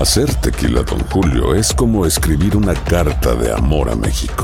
Hacer tequila Don Julio es como escribir una carta de amor a México.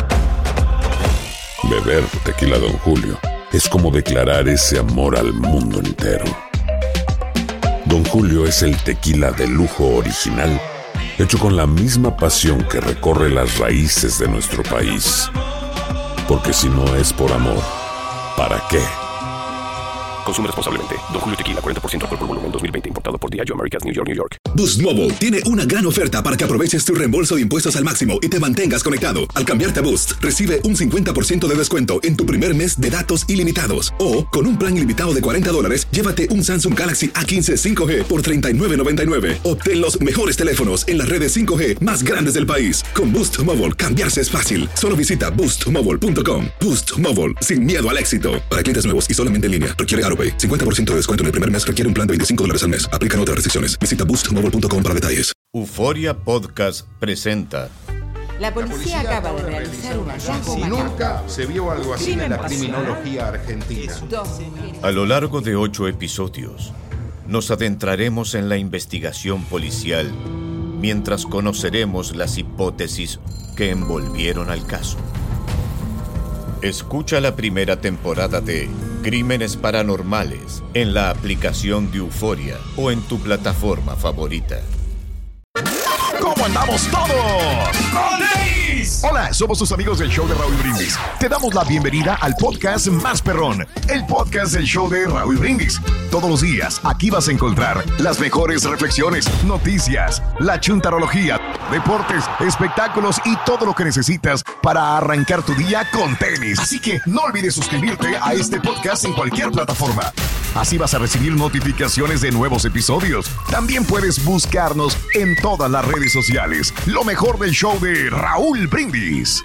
Beber tequila Don Julio es como declarar ese amor al mundo entero. Don Julio es el tequila de lujo original, hecho con la misma pasión que recorre las raíces de nuestro país. Porque si no es por amor, ¿para qué? Consume responsablemente. Don Julio Tequila, 40% alcohol por volumen, 2020. Importado por Diageo Americas, New York, New York. Boost Mobile tiene una gran oferta para que aproveches tu reembolso de impuestos al máximo y te mantengas conectado. Al cambiarte a Boost, recibe un 50% de descuento en tu primer mes de datos ilimitados. O, con un plan ilimitado de $40, llévate un Samsung Galaxy A15 5G por $39.99. Obtén los mejores teléfonos en las redes 5G más grandes del país. Con Boost Mobile, cambiarse es fácil. Solo visita boostmobile.com. Boost Mobile, sin miedo al éxito. Para clientes nuevos y solamente en línea, requiere AroPay. 50% de descuento en el primer mes, requiere un plan de $25 al mes. Aplican otras restricciones. Visita boostmobile.com para detalles. Euforia Podcast presenta. La policía acaba de realizar un hallazgo macabro. Nunca se vio algo así en la criminología argentina. A lo largo de 8 episodios, nos adentraremos en la investigación policial mientras conoceremos las hipótesis que envolvieron al caso. Escucha la primera temporada de Crímenes Paranormales en la aplicación de Euforia o en tu plataforma favorita. ¿Cómo andamos todos? Hola, somos tus amigos del show de Raúl Brindis. Te damos la bienvenida al podcast más perrón, el podcast del show de Raúl Brindis. Todos los días aquí vas a encontrar las mejores reflexiones, noticias, la chuntarología, deportes, espectáculos y todo lo que necesitas para arrancar tu día con tenis. Así que no olvides suscribirte a este podcast en cualquier plataforma. Así vas a recibir notificaciones de nuevos episodios. También puedes buscarnos en todas las redes sociales. Lo mejor del show de Raúl Brindis.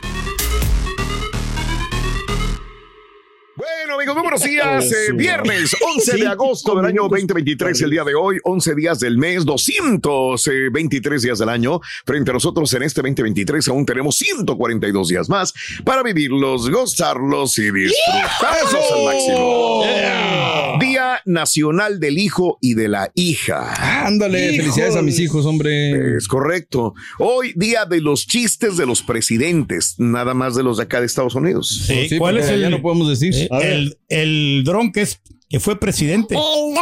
Bueno, amigos, muy buenos días. Viernes 11 de agosto del año 2023, el día de hoy, 11 días del mes, 223 días del año. Frente a nosotros en este 2023 aún tenemos 142 días más para vivirlos, gozarlos y disfrutarlos al máximo. Día Nacional del Hijo y de la Hija. Ándale, felicidades a mis hijos, hombre. Es correcto. Hoy, día de los chistes de los presidentes, nada más de los de acá de Estados Unidos. Sí, ¿cuál es el? Ya no podemos decir. El dron que fue presidente.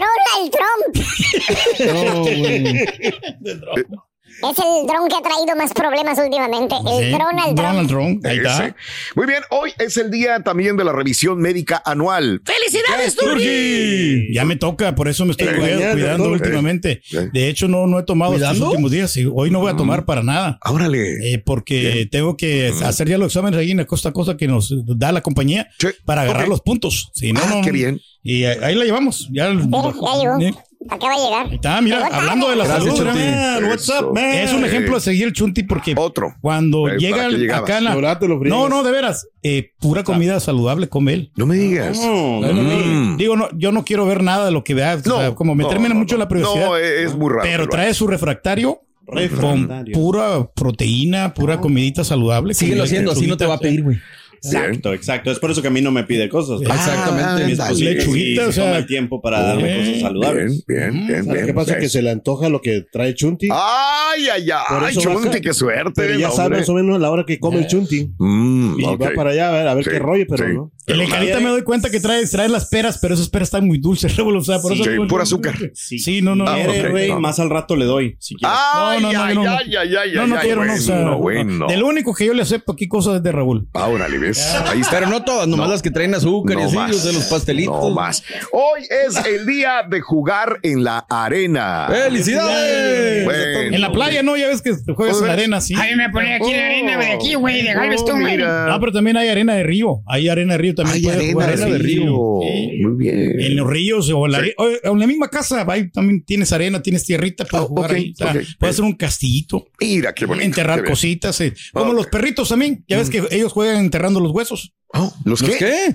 El Donald Trump. Es el dron que ha traído más problemas últimamente. El Donald Trump. Ahí está. Muy bien, hoy es el día también de la revisión médica anual. ¡Felicidades, Turki! Ya me toca, por eso me estoy cuidando últimamente. De hecho, no he tomado estos últimos días y hoy no voy a tomar para nada. Órale. Porque tengo que hacer ya los exámenes ahí en la costa que nos da la compañía para agarrar los puntos. Si no, qué bien. Y ahí la llevamos. Ya llegó. ¿A qué va a llegar? Está, mira, hablando de la salud, WhatsApp, es un ejemplo de seguir el Chunti porque cuando llega acá no, de veras, pura comida saludable come él. No me digas. Digo, yo no quiero ver nada de lo que vea, como meterme mucho en la privacidad. No, es muy raro. Pero trae su refractario con pura proteína, pura comidita saludable. Síguelo haciendo, así no te va a pedir, güey. Exacto. Es por eso que a mí no me pide cosas. Exactamente. Mi esposa lechuguita, toma el tiempo para darme cosas saludables. Bien. ¿Qué pasa? Que se le antoja lo que trae Chunti. Ay, Chunti, qué suerte. Pero ya sabe más o menos la hora que come el Chunti. Y va para allá a ver qué rollo, pero no. En el carita me doy cuenta que trae las peras, pero esas peras están muy dulces, o sea, por eso pura azúcar. Sí, no. Rey, más al rato le doy, si quieres. No quiero, no. De lo único que yo le acepto aquí cosas es de Raúl. Órale, ves. Ahí está. Pero no todas, nomás las que traen azúcar y así, los de los pastelitos. No más. Hoy es el día de jugar en la arena. ¡Felicidades! Bueno, en la playa, ¿no? Ya ves que juegas en la arena, sí. Ay, me ponía aquí en la arena de aquí, güey, de Galveston. No, pero también hay arena de río. Hay arena de río también. Hay arena de río. Muy bien. En los ríos o en la misma casa, ahí también tienes arena, tienes tierrita para jugar ahí. Puedes hacer un castillito. Mira, qué bonito. Enterrar cositas. Como los perritos también. Ya ves que ellos juegan enterrando los huesos. ¿Los qué?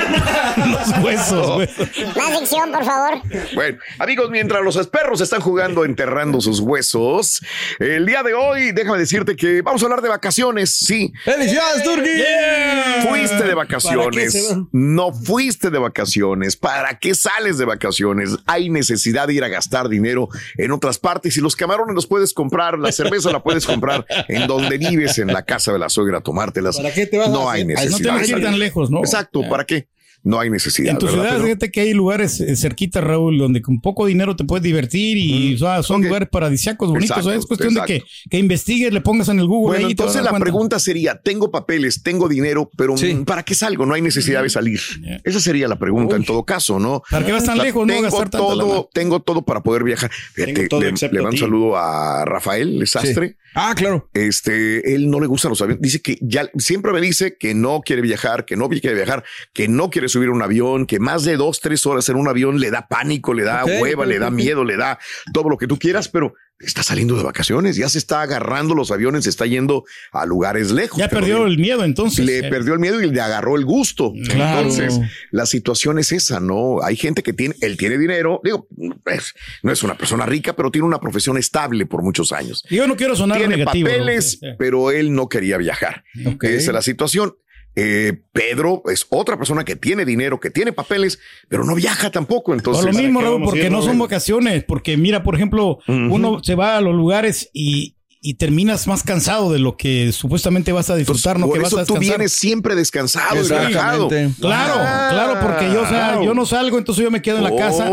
Los huesos. Más dicción, por favor. Bueno, amigos, mientras los perros están jugando enterrando sus huesos, el día de hoy, déjame decirte que vamos a hablar de vacaciones, sí. ¡Felicidades, Turki! Yeah. ¿Fuiste de vacaciones? No fuiste de vacaciones. ¿Para qué sales de vacaciones? Hay necesidad de ir a gastar dinero en otras partes y los camarones los puedes comprar, la cerveza la puedes comprar en donde vives, en la casa de la suegra, tomártelas. ¿Para qué te vas no a hay necesidad. No tienes que ir tan lejos, ¿no? Exacto, ¿para qué? No hay necesidad. En tu ciudad, fíjate que hay lugares cerquita, Raúl, donde con poco dinero te puedes divertir y son lugares paradisíacos bonitos. Exacto, es cuestión de que investigues, le pongas en el Google. Bueno, ahí entonces la pregunta sería, tengo papeles, tengo dinero, pero ¿para qué salgo? No hay necesidad de salir. Esa sería la pregunta en todo caso, ¿no? ¿Para qué vas tan lejos? Tengo todo para poder viajar. Fíjate, le mando un saludo a Rafael Sastre. Sí. Ah, claro. Él no le gustan los aviones. Dice que ya siempre me dice que no quiere viajar, que no quiere subir a un avión, que más de 2-3 horas en un avión le da pánico, le da hueva, le da miedo, le da todo lo que tú quieras, pero está saliendo de vacaciones, ya se está agarrando los aviones, se está yendo a lugares lejos. Ya perdió el miedo, entonces. Perdió el miedo y le agarró el gusto. Claro. Entonces, la situación es esa, ¿no? Hay gente que él tiene dinero, digo, no es una persona rica, pero tiene una profesión estable por muchos años. Yo no quiero sonar negativo. Tiene papeles, pero él no quería viajar. Esa es la situación. Pedro es otra persona que tiene dinero, que tiene papeles, pero no viaja tampoco. Entonces, por lo mismo, Raúl, porque no son vacaciones. Porque mira, por ejemplo, uno se va a los lugares y terminas más cansado de lo que supuestamente vas a disfrutar, ¿no? Por eso tú vienes siempre descansado y relajado. Claro, porque yo no salgo, entonces yo me quedo en la casa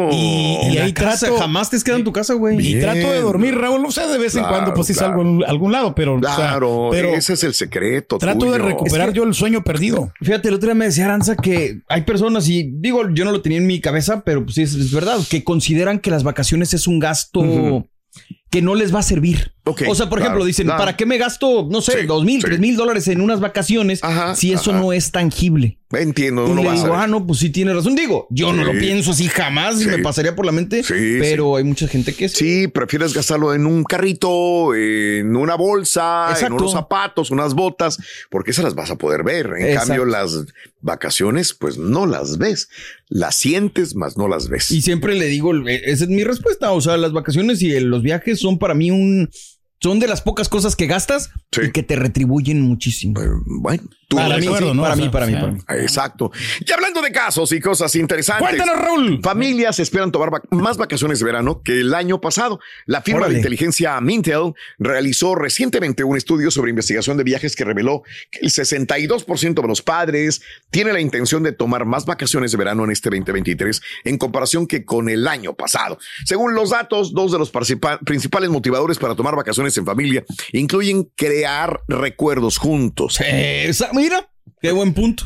y ahí trato. Jamás te has quedado en tu casa, güey. Y trato de dormir, Raúl, no sé, de vez en cuando, pues sí salgo a algún lado, pero. Claro, pero ese es el secreto. Trato de recuperar yo el sueño perdido. Fíjate, el otro día me decía Aranza que hay personas, y digo, yo no lo tenía en mi cabeza, pero pues sí, es verdad, que consideran que las vacaciones es un gasto que no les va a servir. O sea, por ejemplo, dicen, ¿para qué me gasto, no sé, $2,000, $3,000 en unas vacaciones si eso no es tangible? Entiendo, no vas a no, pues sí tiene razón. Digo, yo no lo pienso así jamás, me pasaría por la mente, pero hay mucha gente que sí, prefieres gastarlo en un carrito, en una bolsa, en unos zapatos, unas botas, porque esas las vas a poder ver. En cambio, las vacaciones, pues no las ves. Las sientes, más no las ves. Y siempre le digo, esa es mi respuesta. O sea, las vacaciones y los viajes son para mí son de las pocas cosas que gastas y que te retribuyen muchísimo. Bueno, para mí. Exacto. Y hablando de casos y cosas interesantes. Cuéntanos, Raúl. Familias esperan tomar más vacaciones de verano que el año pasado. La firma de inteligencia Mintel realizó recientemente un estudio sobre investigación de viajes que reveló que el 62% de los padres tiene la intención de tomar más vacaciones de verano en este 2023 en comparación que con el año pasado. Según los datos, 2 de los principales motivadores para tomar vacaciones en familia incluyen crear recuerdos juntos. Mira, qué buen punto.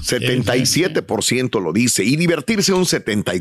77% lo dice y divertirse un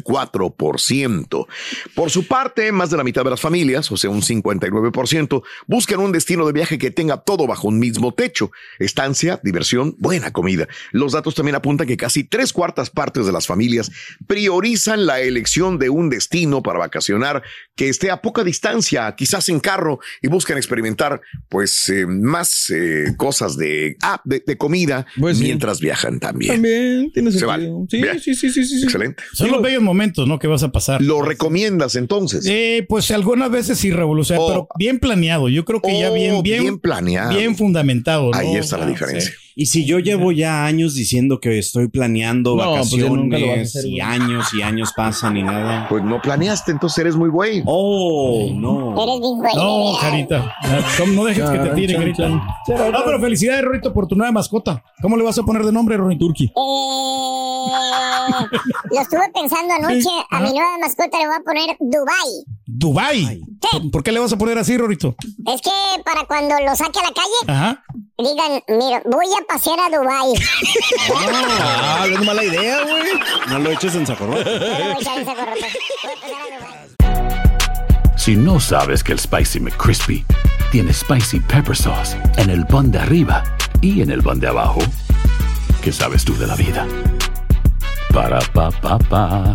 74%. Por su parte, más de la mitad de las familias, o sea, un 59%, buscan un destino de viaje que tenga todo bajo un mismo techo: estancia, diversión, buena comida. Los datos también apuntan que casi 3/4 partes de las familias priorizan la elección de un destino para vacacionar que esté a poca distancia, quizás en carro, y buscan experimentar pues más cosas de comida mientras viajan también. También tiene sentido. Vale. Sí. Excelente. Son los bellos momentos, ¿no? Que vas a pasar. ¿Lo recomiendas entonces? Pues algunas veces sí, Raúl, pero bien planeado. Yo creo que ya bien planeado. Bien fundamentado, ¿no? Ahí está la diferencia. Y si yo llevo ya años diciendo que estoy planeando vacaciones y años pasan y nada. Pues no planeaste, entonces eres muy güey. No. Eres bien güey. No, Carita. No dejes que te tire, Carita. No, pero felicidades, Rorito, por tu nueva mascota. ¿Cómo le vas a poner de nombre, Rorito Turki? Lo estuve pensando anoche. A mi nueva mascota le voy a poner Dubai. ¿Dubai? Sí. ¿Por qué le vas a poner así, Rorito? Es que para cuando lo saque a la calle, digan, mira, voy a pasear a Dubai. No es mala idea, güey. No lo eches en sacorrote. No lo voy a echar en sacorrote. Voy a pasar a Dubai. Si no sabes que el Spicy McCrispy tiene Spicy Pepper Sauce en el pan de arriba y en el pan de abajo, ¿qué sabes tú de la vida? Para, pa, pa, pa.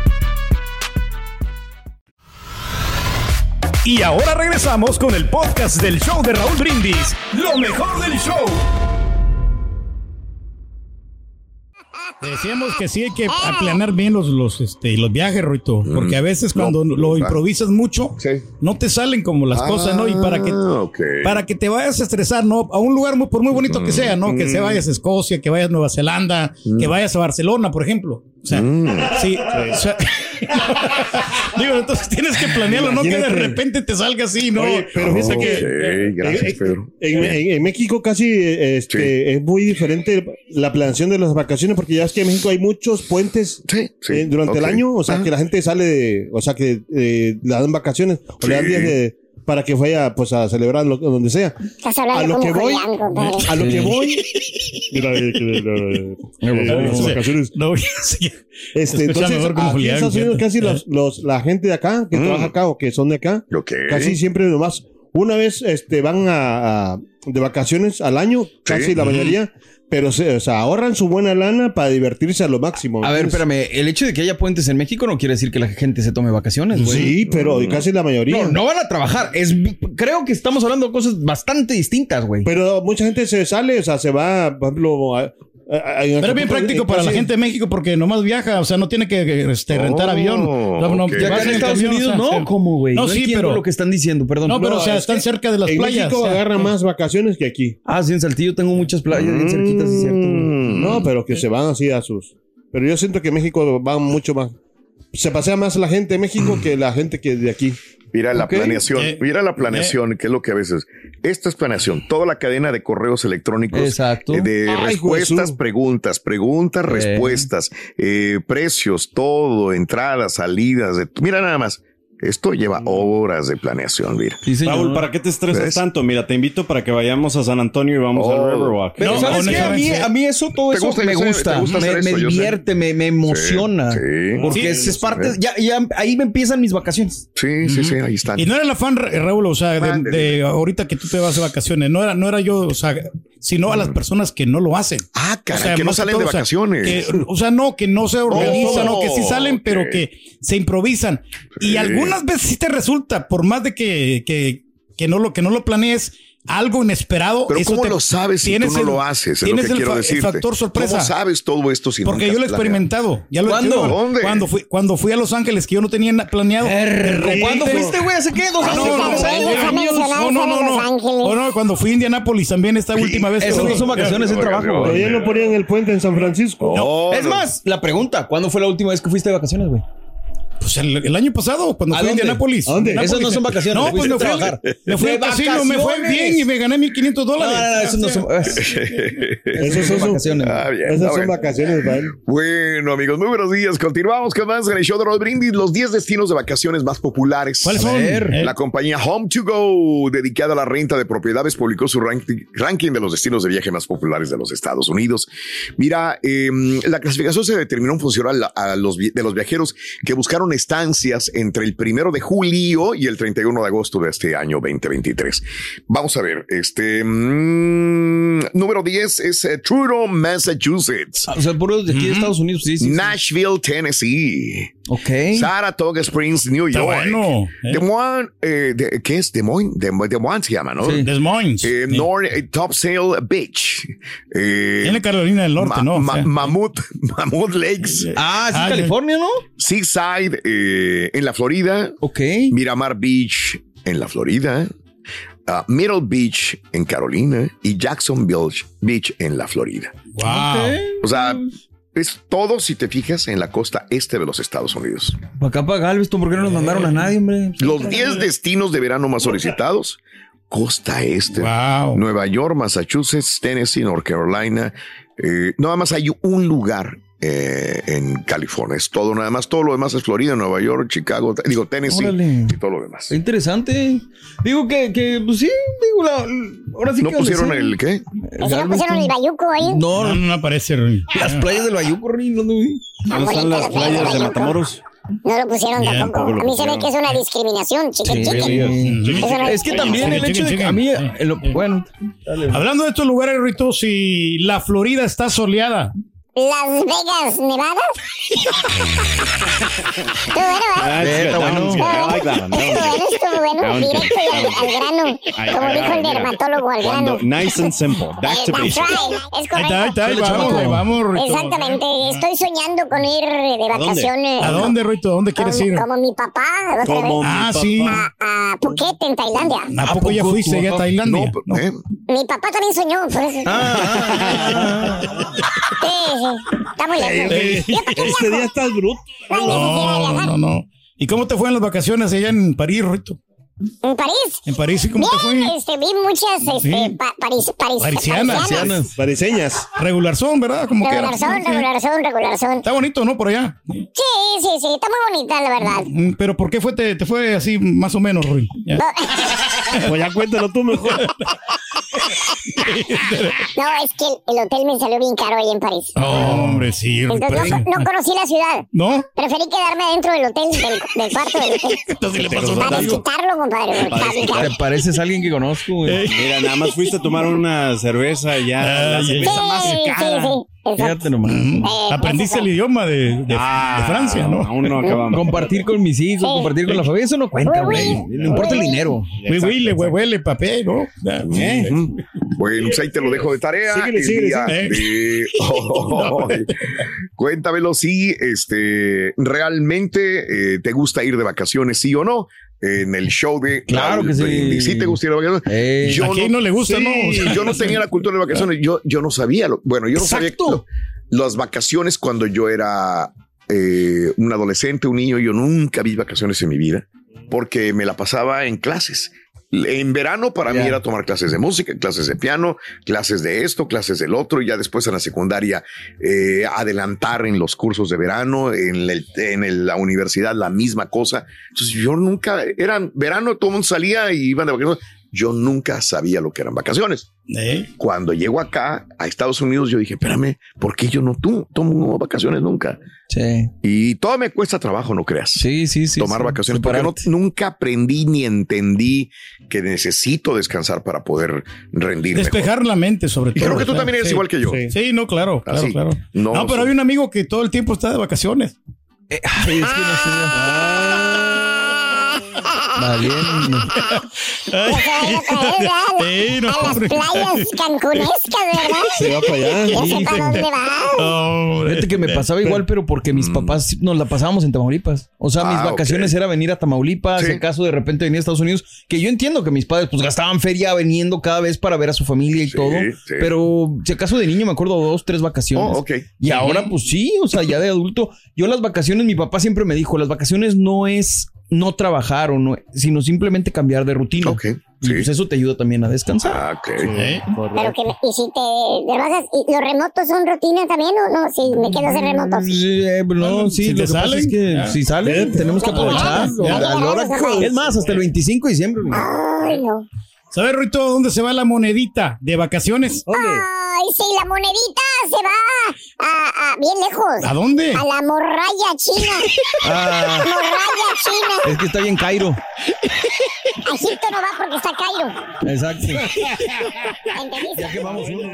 Y ahora regresamos con el podcast del show de Raúl Brindis, lo mejor del show. Decíamos que sí hay que planear bien los viajes, Ruito, porque a veces cuando lo improvisas mucho, no te salen como las cosas, ¿no? Y para que te vayas a estresar, ¿no? A un lugar por muy bonito que sea, ¿no? Que se vayas a Escocia, que vayas a Nueva Zelanda, que vayas a Barcelona, por ejemplo. O sea, sí. O sea, digo, entonces tienes que planearlo, no que de repente te salga así, ¿no? Oye, pero fíjate que gracias, Pedro. En México casi es muy diferente la planeación de las vacaciones, porque ya es que en México hay muchos puentes durante el año, o sea, que la gente sale que le dan vacaciones o le dan días para que vaya pues a celebrar donde sea. A lo que voy, mira, las vacaciones. Entonces, aquí en Estados Unidos casi la gente de acá que trabaja acá o que son de acá, casi siempre nomás una vez van de vacaciones al año, casi la mayoría. Pero ahorran su buena lana para divertirse a lo máximo. A ver, espérame. El hecho de que haya puentes en México no quiere decir que la gente se tome vacaciones, güey. Sí, pero casi la mayoría. No van a trabajar. Creo que estamos hablando de cosas bastante distintas, güey. Pero mucha gente se sale, o sea, se va, por ejemplo... Pero es bien práctico para la gente de México porque nomás viaja, o sea, no tiene que rentar avión. Ya acá en Estados Unidos, ¿no? ¿Cómo, güey? No, sí, pero lo que están diciendo, perdón. No, pero o sea, están cerca de las playas. México agarra más vacaciones que aquí. Sí, en Saltillo tengo muchas playas bien cerquitas, es cierto. No, pero que se van así a sus... Pero yo siento que México va mucho más... Se pasea más la gente de México que la gente que de aquí. Mira la planeación, que es lo que a veces... Esta es planeación, toda la cadena de correos electrónicos. Exacto. De respuestas, preguntas, respuestas, precios, todo, entradas, salidas. Mira nada más. Esto lleva horas de planeación, mira. Sí, Raúl, ¿para qué te estresas tanto? Mira, te invito para que vayamos a San Antonio y vamos al Riverwalk. Pero ¿sabes qué? A mí eso, todo eso me gusta. Me divierte, me emociona. Sí. Porque es parte... Ya ahí me empiezan mis vacaciones. Sí, ahí están. Y no era el afán, Raúl, o sea, de ahorita que tú te vas de vacaciones. No era yo, o sea, sino a las personas que no lo hacen. Caray, o sea, que no salen de vacaciones. Que no se organizan, que sí salen, pero que se improvisan. Y algunas veces sí te resulta, por más de que no lo planees, algo inesperado. Pero ¿cómo lo sabes si tú no lo haces? Es lo que quiero decirte. El factor sorpresa. ¿Cómo sabes todo esto si Porque yo lo he experimentado. ¿Cuándo? ¿Dónde? Cuando fui a Los Ángeles, que yo no tenía planeado. ¿Cuándo fuiste, güey? ¿Hace qué? ¿2 años? No, cuando fui a Indianápolis también esta última vez. Eso no son vacaciones, es trabajo. Todavía no ponían el puente en San Francisco. Es más, la pregunta, ¿cuándo fue la última vez que fuiste de vacaciones, güey? Pues el año pasado, cuando fui a Indianápolis. ¿Dónde? Esas no son vacaciones. No, pues me fui al casino, me fue bien y me gané $1,500. No, eso no son... Esas son vacaciones. Esas son vacaciones, ¿vale? Bueno, amigos, muy buenos días. Continuamos con más en el show de Raúl Brindis. Los 10 destinos de vacaciones más populares. ¿Cuáles son? La compañía Home to Go, dedicada a la renta de propiedades, publicó su ranking de los destinos de viaje más populares de los Estados Unidos. Mira, la clasificación se determinó en función de los viajeros que buscaron estancias entre el 1 de julio y el 31 de agosto de este año 2023. Vamos a ver, número 10 es Truro, Massachusetts. O sea, puro de aquí de Estados Unidos. Sí. Nashville, Tennessee. Ok. Saratoga Springs, New York. Bueno. Des Moines, ¿qué es? Des Moines se llama, ¿no? Sí. Des Moines. North Topsail Beach. En la Carolina del Norte, ¿no? Mammoth Lakes. Sí, California, ¿no? Seaside, en la Florida. Ok. Miramar Beach, en la Florida. Middle Beach, en Carolina. Y Jacksonville Beach, en la Florida. Wow. Okay. O sea, es todo, si te fijas, en la costa este de los Estados Unidos. Para acá, para Galveston, ¿por qué no nos mandaron a nadie, hombre? Los 10 destinos de verano más solicitados. Costa este. Wow. Nueva York, Massachusetts, Tennessee, North Carolina. Nada más hay un lugar en California. Es todo, nada más. Todo lo demás es Florida, Nueva York, Chicago, Tennessee. Órale. Y todo lo demás. Interesante. Digo que pues sí, ahora sí ¿No que pusieron el qué? ¿No pusieron el Bayuco ahí? No aparece. Las playas del Bayuco, ¿dónde están las playas de Matamoros? No lo pusieron tampoco. A mí se ve que es una discriminación, Es que también el hecho de que a mí... Bueno, hablando de estos lugares, Rito, si la Florida está soleada, Las Vegas, Nevada. Estuvo bueno. Directo al grano. Como dijo el dermatólogo, al grano. Nice and simple. Back to basics. Es correcto. Ahí vamos, Ruito. Exactamente. Estoy soñando con ir de vacaciones. ¿A dónde, Ruito? ¿A dónde quieres ir? Como mi papá. Sí. A Phuket, en Tailandia. ¿A poco ya fuiste a Tailandia? No. Mi papá también soñó, por eso. Sí, está muy lejos. Este día estás bruto. No. ¿Y cómo te fue en las vacaciones allá en París, Ruito? ¿En París? ¿En París? ¿Y cómo te fue? Vi muchas parisianas. Pariseñas. Regular son, ¿verdad? Como regular son. Está bonito, ¿no? Por allá. Sí. Está muy bonita, la verdad. ¿Pero por qué te fue así más o menos, Rui? Pues ya cuéntalo tú mejor. No, es que el hotel me salió bien caro ahí en París. Hombre, sí. Entonces no conocí la ciudad. ¿No? Preferí quedarme dentro del hotel, del cuarto del hotel. Entonces le pasó para visitarlo, compadre. Te pareces a alguien que conozco, güey. Mira, nada más fuiste a tomar una cerveza ya. La cerveza más cara. Sí. Fíjate nomás. Aprendiste el idioma de Francia, ¿no? Aún no acabamos. Compartir con mis hijos, compartir con la familia, eso no cuenta, güey. No importa el dinero. Huele papel, ¿no? Bueno, pues ahí te lo dejo de tarea. Cuéntamelo si realmente te gusta ir de vacaciones, sí o no. En el show de... Claro que sí. Sí te gusta ir de vacaciones. ¿A quién no le gusta, no? Yo no tenía la cultura de vacaciones. Yo no sabía. Yo no sabía las vacaciones cuando yo era un adolescente, un niño. Yo nunca vi vacaciones en mi vida porque me la pasaba en clases. En verano para mí era tomar clases de música, clases de piano, clases de esto, clases del otro, y ya después en la secundaria adelantar en los cursos de verano, en la universidad la misma cosa. Entonces yo nunca, verano, todo el mundo salía y iban de vacaciones. Yo nunca sabía lo que eran vacaciones. Cuando llego acá a Estados Unidos, yo dije, espérame, ¿por qué yo no tomo vacaciones nunca? Sí. Y todo me cuesta trabajo, no creas. Sí. Tomar vacaciones, porque nunca aprendí ni entendí que necesito descansar para poder rendir. Despejar mejor la mente, sobre todo. Y creo que tú también eres igual que yo. Sí, no, claro. No, pero hay un amigo que todo el tiempo está de vacaciones. Es que no sé. Bien. A las playas cancunescas, ¿verdad? Se va para allá. Ya sé para dónde va. Fíjate que me pasaba igual, pero porque mis papás nos la pasábamos en Tamaulipas. O sea, mis vacaciones era venir a Tamaulipas. En caso de repente venir a Estados Unidos, que yo entiendo que mis padres pues gastaban feria viniendo cada vez para ver a su familia y todo. Pero si acaso de niño me acuerdo 2, 3 vacaciones. Y ahora pues sí, o sea, ya de adulto. Yo las vacaciones, mi papá siempre me dijo, las vacaciones no es no trabajar sino simplemente cambiar de rutina. Y pues eso te ayuda también a descansar. Pero y si te bajas, ¿y los remotos son rutina también o no? Si me quedo sin remotos. Si te salen, si salen, tenemos que aprovechar. Es más, hasta el 25 de diciembre. Ay, no. ¿Sabes, Ruito, dónde se va la monedita de vacaciones? Ay, sí, la monedita se va a bien lejos. ¿A dónde? A la morralla china. Morralla china. Es que está bien Cairo. A Egipto no va porque está Cairo. Exacto. ¿Entendiste? Ya que vamos uno.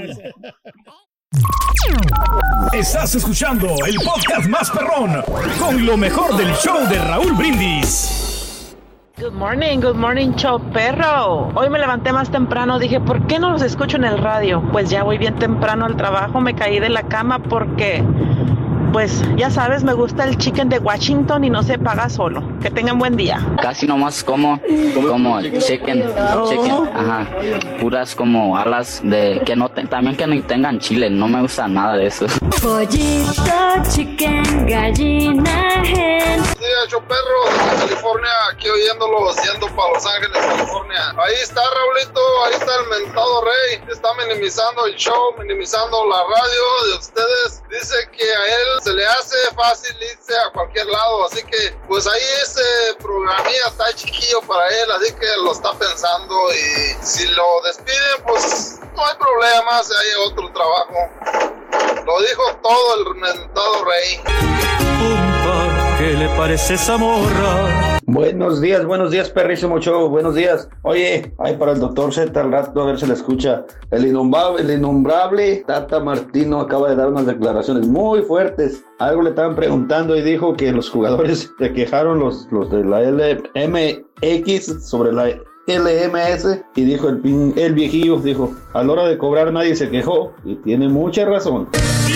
Estás escuchando el podcast más perrón con lo mejor del show de Raúl Brindis. Good morning, show perro. Hoy me levanté más temprano, dije, ¿por qué no los escucho en el radio? Pues ya voy bien temprano al trabajo, me caí de la cama porque, pues, ya sabes, me gusta el chicken de Washington y no se paga solo. Que tengan buen día. Casi nomás como chicken, ajá, puras como alas de que no también que no tengan chile, no me gusta nada de eso. Pollito, chicken, gallina, hen. Buenos días, perro, desde California, aquí oyéndolos, yendo para Los Ángeles, California. Ahí está, Raulito, ahí está el mentado rey, está minimizando el show, minimizando la radio de ustedes. Dice que a él se le hace fácil irse a cualquier lado, así que pues ahí ese programilla está chiquillo para él, así que lo está pensando y si lo despiden, pues no hay problema, si hay otro trabajo. Lo dijo todo el mentado rey. ¿Qué le parece esa morra? Buenos días, perrísimo show, buenos días. Oye, ahí para el doctor Z al rato, a ver si le escucha. El innombrable Tata Martino acaba de dar unas declaraciones muy fuertes. Algo le estaban preguntando y dijo que los jugadores se quejaron, los de la LMX sobre la LMS, y dijo el viejillo, dijo, a la hora de cobrar nadie se quejó, y tiene mucha razón.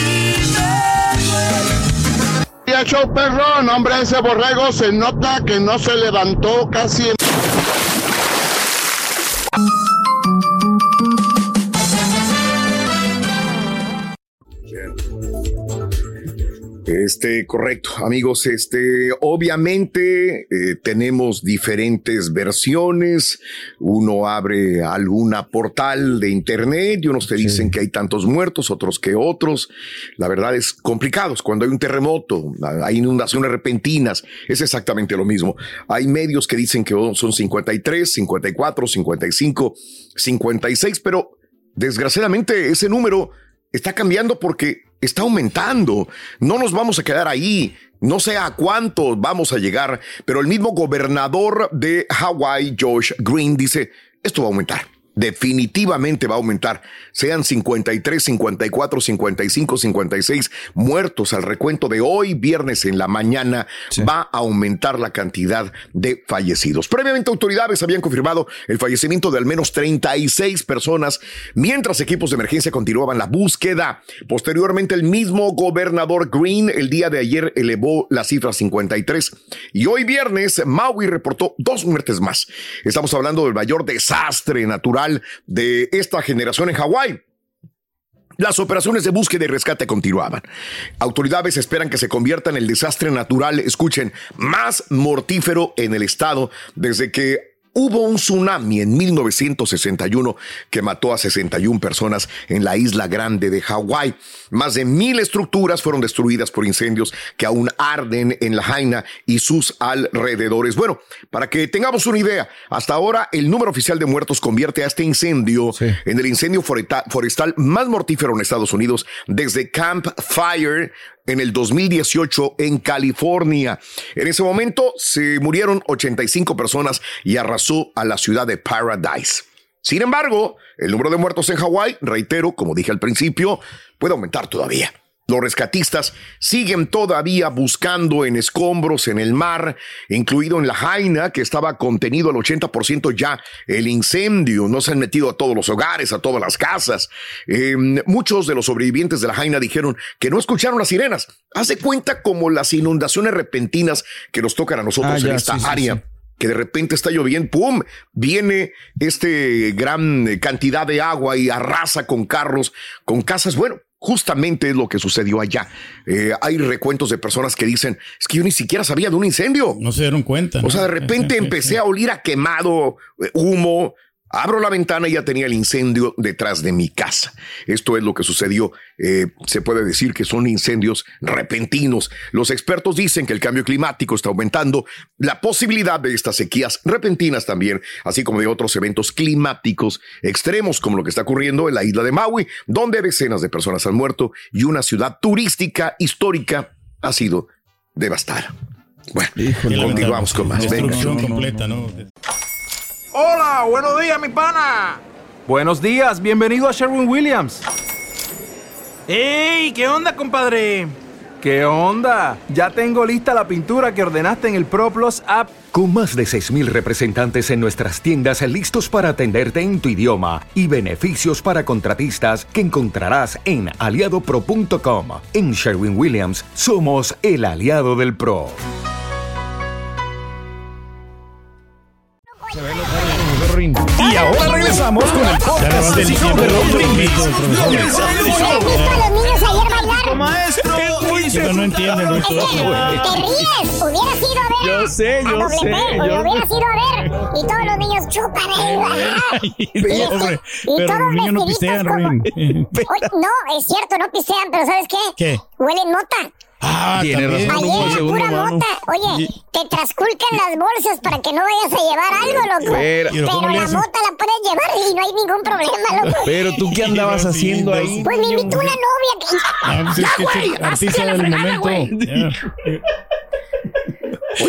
Show perrón, hombre, ese borrego se nota que no se levantó casi en... Correcto, amigos, obviamente tenemos diferentes versiones. Uno abre alguna portal de internet y unos te dicen que hay tantos muertos, otros que otros. La verdad es complicado. Cuando hay un terremoto, hay inundaciones repentinas, es exactamente lo mismo. Hay medios que dicen que son 53, 54, 55, 56, pero desgraciadamente ese número está cambiando porque está aumentando. No nos vamos a quedar ahí. No sé a cuánto vamos a llegar, pero el mismo gobernador de Hawái, Josh Green, dice, esto va a aumentar. Definitivamente va a aumentar. Sean 53, 54, 55, 56 muertos al recuento de hoy, viernes en la mañana, va a aumentar la cantidad de fallecidos. Previamente, autoridades habían confirmado el fallecimiento de al menos 36 personas, mientras equipos de emergencia continuaban la búsqueda. Posteriormente, el mismo gobernador Green el día de ayer elevó la cifra a 53. Y hoy viernes, Maui reportó 2 muertes más. Estamos hablando del mayor desastre natural de esta generación en Hawái. Las operaciones de búsqueda y rescate continuaban. Autoridades esperan que se convierta en el desastre natural, escuchen, más mortífero en el estado desde que hubo un tsunami en 1961 que mató a 61 personas en la isla grande de Hawái. Más de 1,000 estructuras fueron destruidas por incendios que aún arden en Lahaina y sus alrededores. Bueno, para que tengamos una idea, hasta ahora el número oficial de muertos convierte a este incendio en el incendio forestal más mortífero en Estados Unidos desde Camp Fire en el 2018 en California. En ese momento se murieron 85 personas y arrasó a la ciudad de Paradise. Sin embargo, el número de muertos en Hawái, reitero, como dije al principio, puede aumentar todavía. Los rescatistas siguen todavía buscando en escombros en el mar, incluido en Lahaina, que estaba contenido al 80% ya el incendio. No se han metido a todos los hogares, a todas las casas. Muchos de los sobrevivientes de Lahaina dijeron que no escucharon las sirenas. Haz de cuenta como las inundaciones repentinas que nos tocan a nosotros en esta área. Que de repente está lloviendo, ¡pum! Viene gran cantidad de agua y arrasa con carros, con casas. Bueno, justamente es lo que sucedió allá. Hay recuentos de personas que dicen, es que yo ni siquiera sabía de un incendio. No se dieron cuenta, ¿no? O sea, de repente empecé a oler a quemado, humo. Abro la ventana y ya tenía el incendio detrás de mi casa. Esto es lo que sucedió. Se puede decir que son incendios repentinos. Los expertos dicen que el cambio climático está aumentando la posibilidad de estas sequías repentinas también, así como de otros eventos climáticos extremos, como lo que está ocurriendo en la isla de Maui, donde decenas de personas han muerto y una ciudad turística histórica ha sido devastada. Bueno, continuamos con más. Destrucción completa, ¿no? Hola, buenos días, mi pana. Buenos días, bienvenido a Sherwin-Williams. ¡Ey! ¿Qué onda, compadre? ¿Qué onda? Ya tengo lista la pintura que ordenaste en el ProPlus app. Con más de 6,000 representantes en nuestras tiendas listos para atenderte en tu idioma y beneficios para contratistas que encontrarás en aliadopro.com. En Sherwin-Williams somos el aliado del pro. Y ahora regresamos con el podcast del show de Raúl Brindis. Maestro, no entienden. Te ríes, hubiera sido a ver. Yo sé. Hubiera sido a ver. Y todos los niños chupan. Pero los niños no pistean, No, es cierto, no pistean, pero ¿sabes qué? ¿Qué? Huelen mota. Tiene razón. Ayer pura mota. Oye, te trasculcan las bolsas para que no vayas a llevar algo, loco. Pero la mota la puedes llevar y no hay ningún problema, loco. Pero tú, ¿qué andabas haciendo ahí? Pues me invitó una novia. Artista del momento. Oye,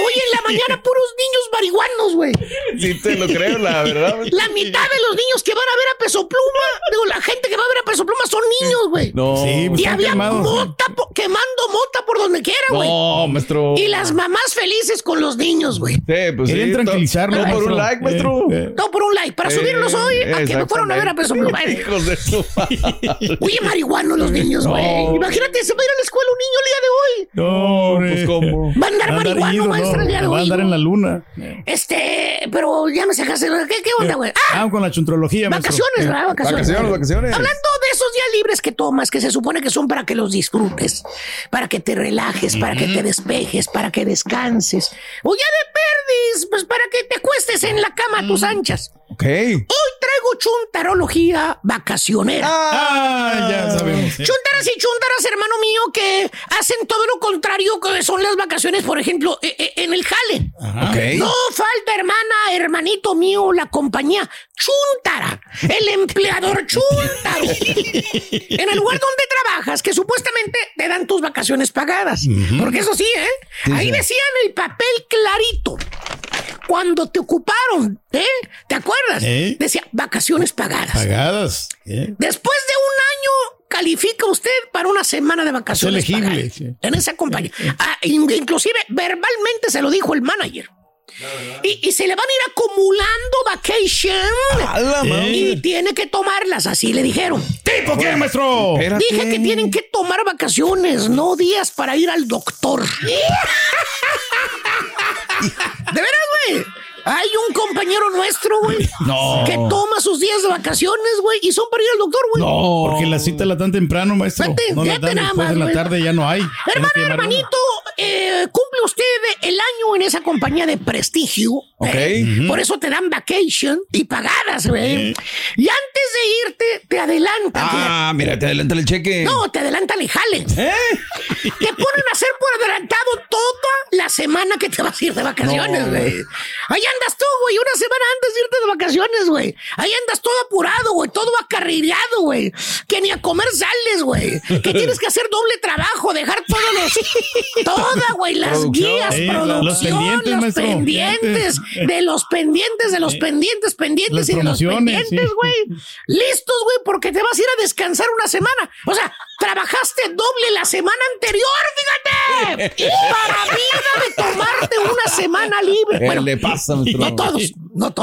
Hoy en la mañana puros niños marihuanos, güey. Sí te lo creo, la verdad. La mitad de los niños que van a ver a Peso Pluma, digo, la gente que va a ver a Peso Pluma son niños, güey. No. Sí, pues y había mota, quemando mota por donde quiera, güey. No, maestro. Y las mamás felices con los niños, güey. Sí, pues querían tranquilizarlo. No por un like, maestro. No por un like, para subirlos hoy, a que me fueron a ver a Peso Pluma. Hijos de su madre. Oye, marihuano los niños, güey. Imagínate, se va a ir a la escuela un niño el día de hoy. No, pues cómo. Va a andar marihuano, maestra, el día de hoy. Va a andar en la luna. Pero ya me sacaste. ¿Qué onda, güey? Con la chuntrología, vacaciones, ¿verdad? Vacaciones. Hablando de esos días libres que tomas, que se supone que son para que los disfrutes, para que te relajes, para que te despejes, para que descanses. O ya de perdis, pues para que te acuestes en la cama a tus anchas. Ok. Hoy traigo chuntarología vacacionera. Ya sabemos. Chuntaras y chuntaras, hermano mío, que hacen todo lo contrario que son las vacaciones, por ejemplo, en el jale. Okay. No falta, hermanito mío, la compañía chuntara, el empleador chuntaro. En el lugar donde trabajas, que supuestamente te dan tus vacaciones pagadas. Porque eso sí, ahí decían el papel clarito. Cuando te ocuparon, ¿te acuerdas? Decía vacaciones pagadas. Pagadas. Después de un año califica usted para una semana de vacaciones. Es elegible. Pagadas, en esa compañía. Inclusive verbalmente se lo dijo el manager. Y se le van a ir acumulando vacation y tiene que tomarlas, así le dijeron. ¿Tipo qué, maestro? Dije que tienen que tomar vacaciones, no días para ir al doctor. ¿De veras, güey? Hay un compañero nuestro, güey, que toma sus días de vacaciones, güey, y son para ir al doctor, güey. No, porque la cita la dan temprano, maestro. No la dan después de la tarde, ya no hay. Hermanito, cumple usted el año en esa compañía de prestigio. Por eso te dan vacation y pagadas, güey. Y antes de irte, te adelantan. Mira, te adelantan el cheque. No, te adelantan el jale. Te ponen a hacer por adelantado toda la semana que te vas a ir de vacaciones, güey. Ahí andas tú, güey, una semana antes de irte de vacaciones, güey. Ahí andas todo apurado, güey, todo acarrillado, güey. Que ni a comer sales, güey. Que tienes que hacer doble trabajo, dejar todos los... Toda, güey, las guías, producción, los pendientes, de los pendientes, de los pendientes, pendientes y de los pendientes, güey. Listos, güey, porque te vas a ir a descansar una semana. O sea, trabajaste doble la semana anterior, fíjate. Para vida de tomarte una semana libre. Bueno, le pasa, no todos.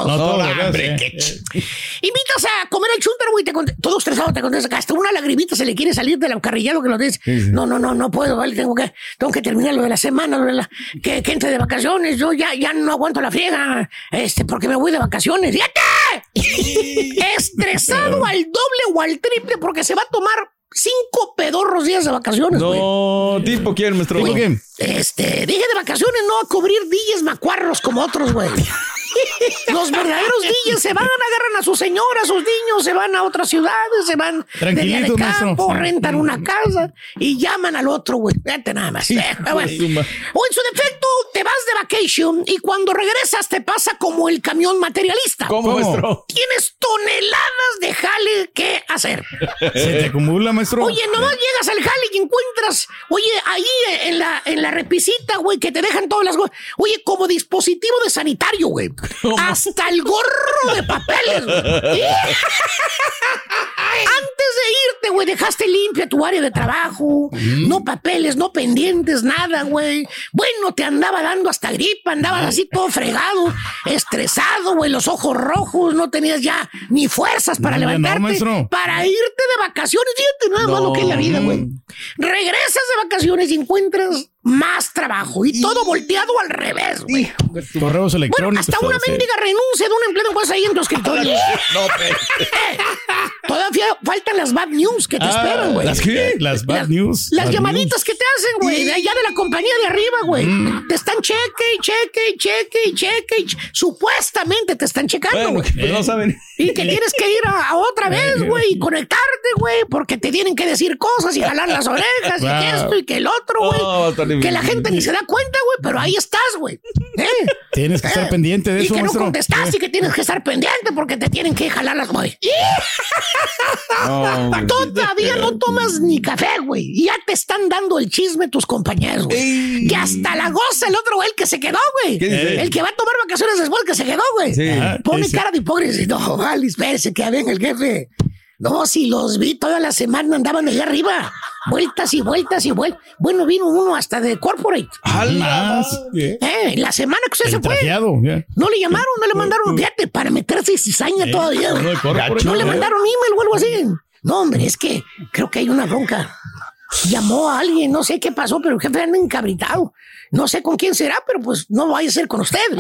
Invitas a comer el chúntaro, güey, todo estresado te contesta, hasta una lagrimita se le quiere salir del acarrillado que lo dices. No puedo, vale, tengo que terminar lo de la semana, que entre de vacaciones, yo ya no aguanto la friega, porque me voy de vacaciones. ¡Fíjate! Estresado al doble o al triple porque se va a tomar 5 pedorros días de vacaciones, güey. No, ¿tipo quién, maestro? Dije de vacaciones, no a cubrir DJs macuarros como otros, güey. Los verdaderos DJs se van, agarran a su señora, a sus niños, se van a otras ciudades, se van de día de campo, rentan una casa y llaman al otro, güey. Vete nada más. O en su defecto, te vas de vacation y cuando regresas te pasa como el camión materialista. ¿Cómo, maestro? Tienes toneladas de jale que hacer. Se te acumula, maestro. Oye, nomás llegas al jale y encuentras, ahí en la repisita, güey, que te dejan todas las cosas. Oye, como dispositivo de sanitario, güey. Hasta el gorro de papeles, güey. Antes de irte, güey, dejaste limpia tu área de trabajo. No papeles, no pendientes, nada, güey. Bueno, te andaba dando hasta gripa, andabas así todo fregado, estresado, güey, los ojos rojos, no tenías ya ni fuerzas para levantarte, para irte de vacaciones. Fíjate nada más lo que es la vida, güey. Regresas de vacaciones y encuentras más trabajo y todo volteado al revés, güey. Correos electrónicos. Bueno, hasta una mendiga renuncia de un empleo encuentras ahí en tu escritorio. Todavía faltan las bad news que te esperan, güey. ¿Las qué? Las bad news. Las llamaditas que te hacen, güey, de allá de la compañía de arriba, güey. Te están cheque. Supuestamente te están checando, güey. Pues no saben. Y que tienes que ir a otra vez, güey, y conectarte, güey, porque te tienen que decir cosas y jalar las orejas y que esto y que el otro, güey. Que la gente ni se da cuenta, güey, pero ahí estás, güey. Tienes que estar pendiente de eso, y que maestro. no contestaste y que tienes que estar pendiente porque te tienen que jalar las, güey. Todavía no tomas ni café, güey. Y ya te están dando el chisme tus compañeros, güey. Que hasta la goza el otro, güey, el que se quedó, güey. El que va a tomar vacaciones después que se quedó, güey. Sí. Pone cara de hipócrita y no, vale, espérese que venga el jefe. No, si los vi toda la semana, andaban allá arriba. Vueltas y vueltas y vueltas. Bueno, vino uno hasta de corporate. La semana que usted se fue. No le llamaron, no le mandaron, fíjate, para meterse cizaña todavía. No le mandaron email o algo así. No, hombre, es que creo que hay una bronca. Llamó a alguien, no sé qué pasó, pero el jefe anda encabritado. No sé con quién será, pero pues no vaya a ser con usted.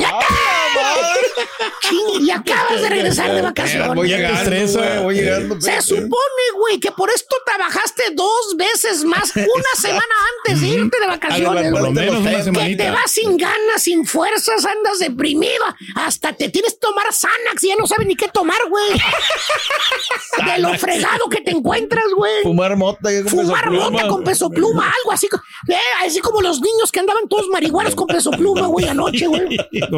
Y acabas de regresar de vacaciones. Voy llegando. Se supone, güey, que por esto trabajaste 2 veces más una semana antes de irte de vacaciones. Por lo menos una semanita. Que te vas sin ganas, sin fuerzas, andas deprimido. Hasta te tienes que tomar Xanax y ya no sabes ni qué tomar, güey. De lo fregado que te encuentras, güey. Fumar mota con peso pluma, algo así. Así como los niños que andaban todos marihuanos con peso pluma, güey, anoche, güey.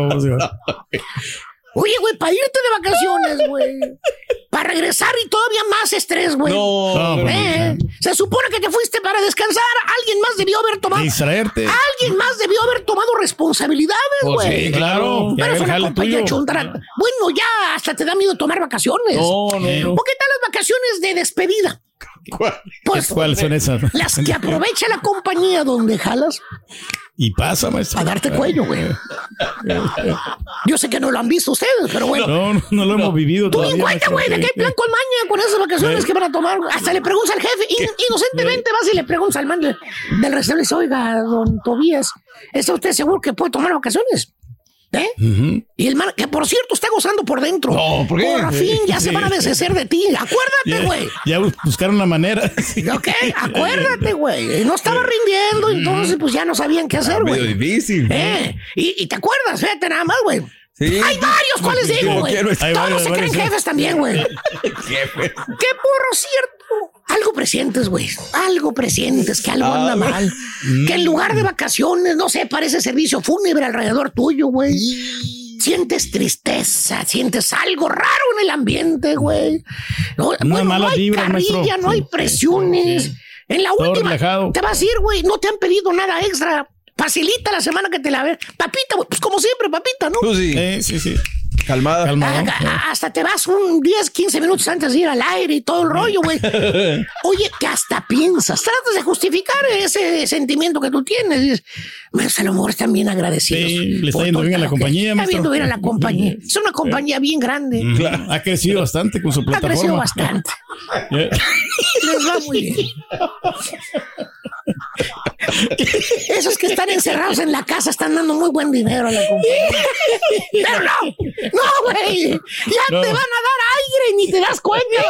Oye, güey, para irte de vacaciones, güey. Para regresar y todavía más estrés, güey. Se supone que te fuiste para descansar. Alguien más debió haber tomado. Distraerte. Alguien más debió haber tomado responsabilidades, güey. Sí, claro. Pero es una compañía chuntara. Bueno, ya hasta te da miedo tomar vacaciones. No. ¿Por qué tal las vacaciones de despedida? ¿Cuáles son esas? Las que aprovecha la compañía donde jalas. Y pasa, maestro. A darte cuello, güey. Yo sé que no lo han visto ustedes, pero bueno. No lo hemos vivido todavía. Tú ni cuenta, güey, de que hay plan con maña con esas vacaciones que van a tomar. Hasta le preguntas al jefe. Inocentemente vas y le preguntas al man del restaurante. Oiga, don Tobías, ¿está usted seguro que puede tomar vacaciones? Y el man, que por cierto está gozando por dentro. No, ¿por qué? Por fin ya se van a deshacer de ti. Acuérdate, güey. Ya buscaron la manera. Ok, acuérdate, güey. No estaba rindiendo, entonces pues ya no sabían qué hacer, güey. Medio difícil. Y te acuerdas, fíjate nada más, güey. Sí, hay varios, ¿cuáles digo, güey? Todos se creen jefes también, güey. Que por cierto, algo presientes, güey. Algo presientes, que algo anda mal. Que en lugar de vacaciones, no sé, parece servicio fúnebre alrededor tuyo, güey. Sientes tristeza, sientes algo raro en el ambiente, güey. No hay carrilla, no hay presiones. En la última, te vas a ir, güey. No te han pedido nada extra. Facilita la semana que te la ve. Papita, güey, pues como siempre, papita, ¿no? Sí. Calmada. Hasta te vas un 10, 15 minutos antes de ir al aire y todo el rollo, güey. Oye, que hasta piensas, tratas de justificar ese sentimiento que tú tienes. Dices, a lo mejor están bien agradecidos. Sí, le está yendo bien a la compañía. Está yendo bien a la compañía. Es una compañía bien grande. Claro, ha crecido bastante con su plataforma. Ha crecido bastante. Les va muy bien. Esos que están encerrados en la casa están dando muy buen dinero a la compañía. Pero no, güey. Ya te van a dar aire y ni te das cuenta.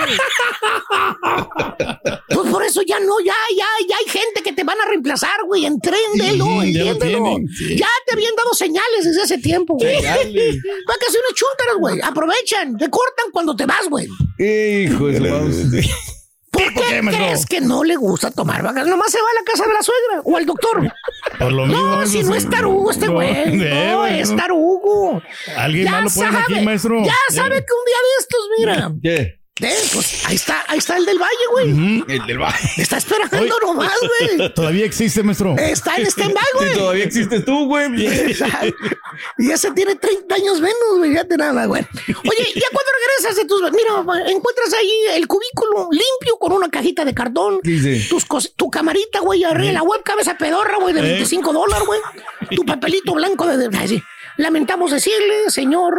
Pues por eso ya hay gente que te van a reemplazar, güey. Entréndelo, entiéndelo. Ya te habían dado señales desde ese tiempo, güey. Vacaciones chúntaras, güey. Aprovechan, te cortan cuando te vas, güey. Hijo de su. ¿Por qué crees que no le gusta tomar vacaciones? Nomás se va a la casa de la suegra o al doctor. Por lo mismo. No, si no es tarugo este güey. No, es tarugo. Alguien más lo pone aquí, maestro. Ya sabe que un día de estos, mira. ¿Qué? Pues ahí está el del Valle, güey. El del Valle. Está esperando nomás, güey. Todavía existe, maestro. Está en stand-by, güey. Sí, todavía existes tú, güey. Y ese tiene 30 años menos, güey. Fíjate nada, güey. Oye, ya cuando regresas de tus... Mira, encuentras ahí el cubículo limpio con una cajita de cartón. Sí. Tu camarita, güey, arriba la webcam, esa pedorra, güey, de $25, güey. Tu papelito blanco de lamentamos decirle, señor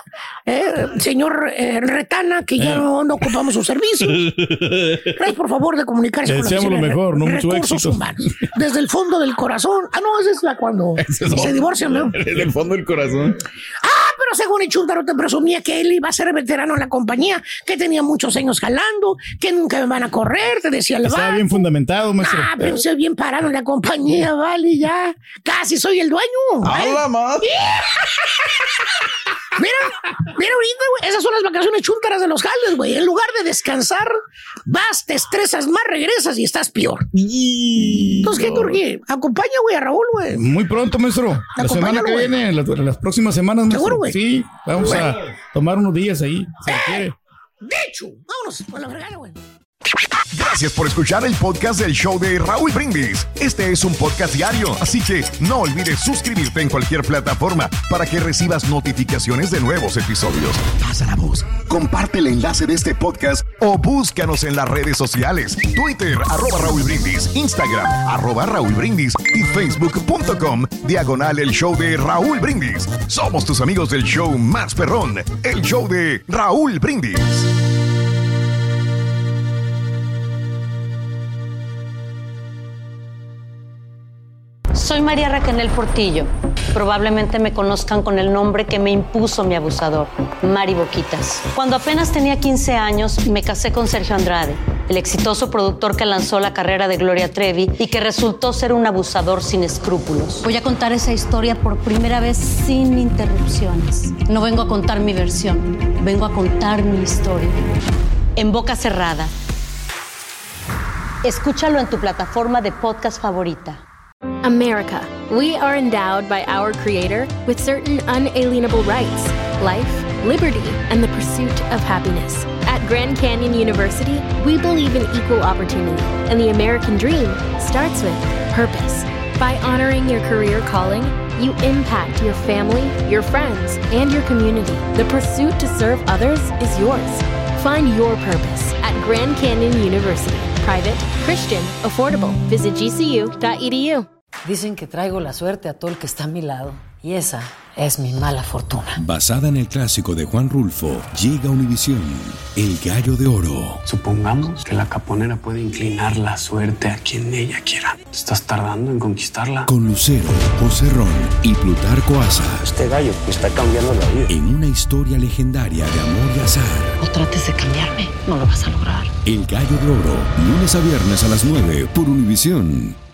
Retana, que ya no ocupamos su servicio. Gracias por favor de comunicarse con la deseamos lo mejor, no mucho éxito. Humanos. Desde el fondo del corazón. No, esa es la cuando se divorcian, ¿no? Desde el fondo del corazón. Pero según el Chuntaro te presumía que él iba a ser veterano en la compañía, que tenía muchos años jalando, que nunca me van a correr, te decía el vato. Estaba bien fundamentado, maestro. Pero soy bien parado en la compañía, vale, ya. Casi soy el dueño. ¡Hala, madre! Mira ahorita, güey, esas son las vacaciones chúntaras de los jales, güey. En lugar de descansar, vas, te estresas más, regresas y estás peor. Entonces, ¿qué, Turquía? Acompaña, güey, a Raúl, güey. Muy pronto, maestro. La semana que viene, las próximas semanas, maestro. ¿Seguro, güey? Sí, vamos a tomar unos días ahí, si quiere. Dicho. Vámonos a la fregada, güey. Gracias por escuchar el podcast del show de Raúl Brindis. Este es un podcast diario, así que no olvides suscribirte en cualquier plataforma para que recibas notificaciones de nuevos episodios. Pasa la voz, comparte el enlace de este podcast o búscanos en las redes sociales. Twitter, @Raúl Brindis, Instagram, @Raúl Brindis y Facebook.com/el show de Raúl Brindis. Somos tus amigos del show más perrón, el show de Raúl Brindis. Soy María Raquel Portillo. Probablemente me conozcan con el nombre que me impuso mi abusador, Mari Boquitas. Cuando apenas tenía 15 años, me casé con Sergio Andrade, el exitoso productor que lanzó la carrera de Gloria Trevi y que resultó ser un abusador sin escrúpulos. Voy a contar esa historia por primera vez sin interrupciones. No vengo a contar mi versión, vengo a contar mi historia. En boca cerrada. Escúchalo en tu plataforma de podcast favorita. America. We are endowed by our Creator with certain unalienable rights: life, liberty, and the pursuit of happiness. At Grand Canyon University, we believe in equal opportunity, and the American dream starts with purpose. By honoring your career calling, you impact your family, your friends, and your community. The pursuit to serve others is yours. Find your purpose at Grand Canyon University. Private, Christian, affordable. Visit gcu.edu. Dicen que traigo la suerte a todo el que está a mi lado. Y esa es mi mala fortuna. Basada en el clásico de Juan Rulfo, llega a Univisión, El Gallo de Oro. Supongamos que la caponera puede inclinar la suerte a quien ella quiera. ¿Estás tardando en conquistarla? Con Lucero, José Ron y Plutarco Asa. Este gallo me está cambiando la vida. En una historia legendaria de amor y azar. No trates de cambiarme, no lo vas a lograr. El Gallo de Oro, lunes a viernes a las 9 por Univisión.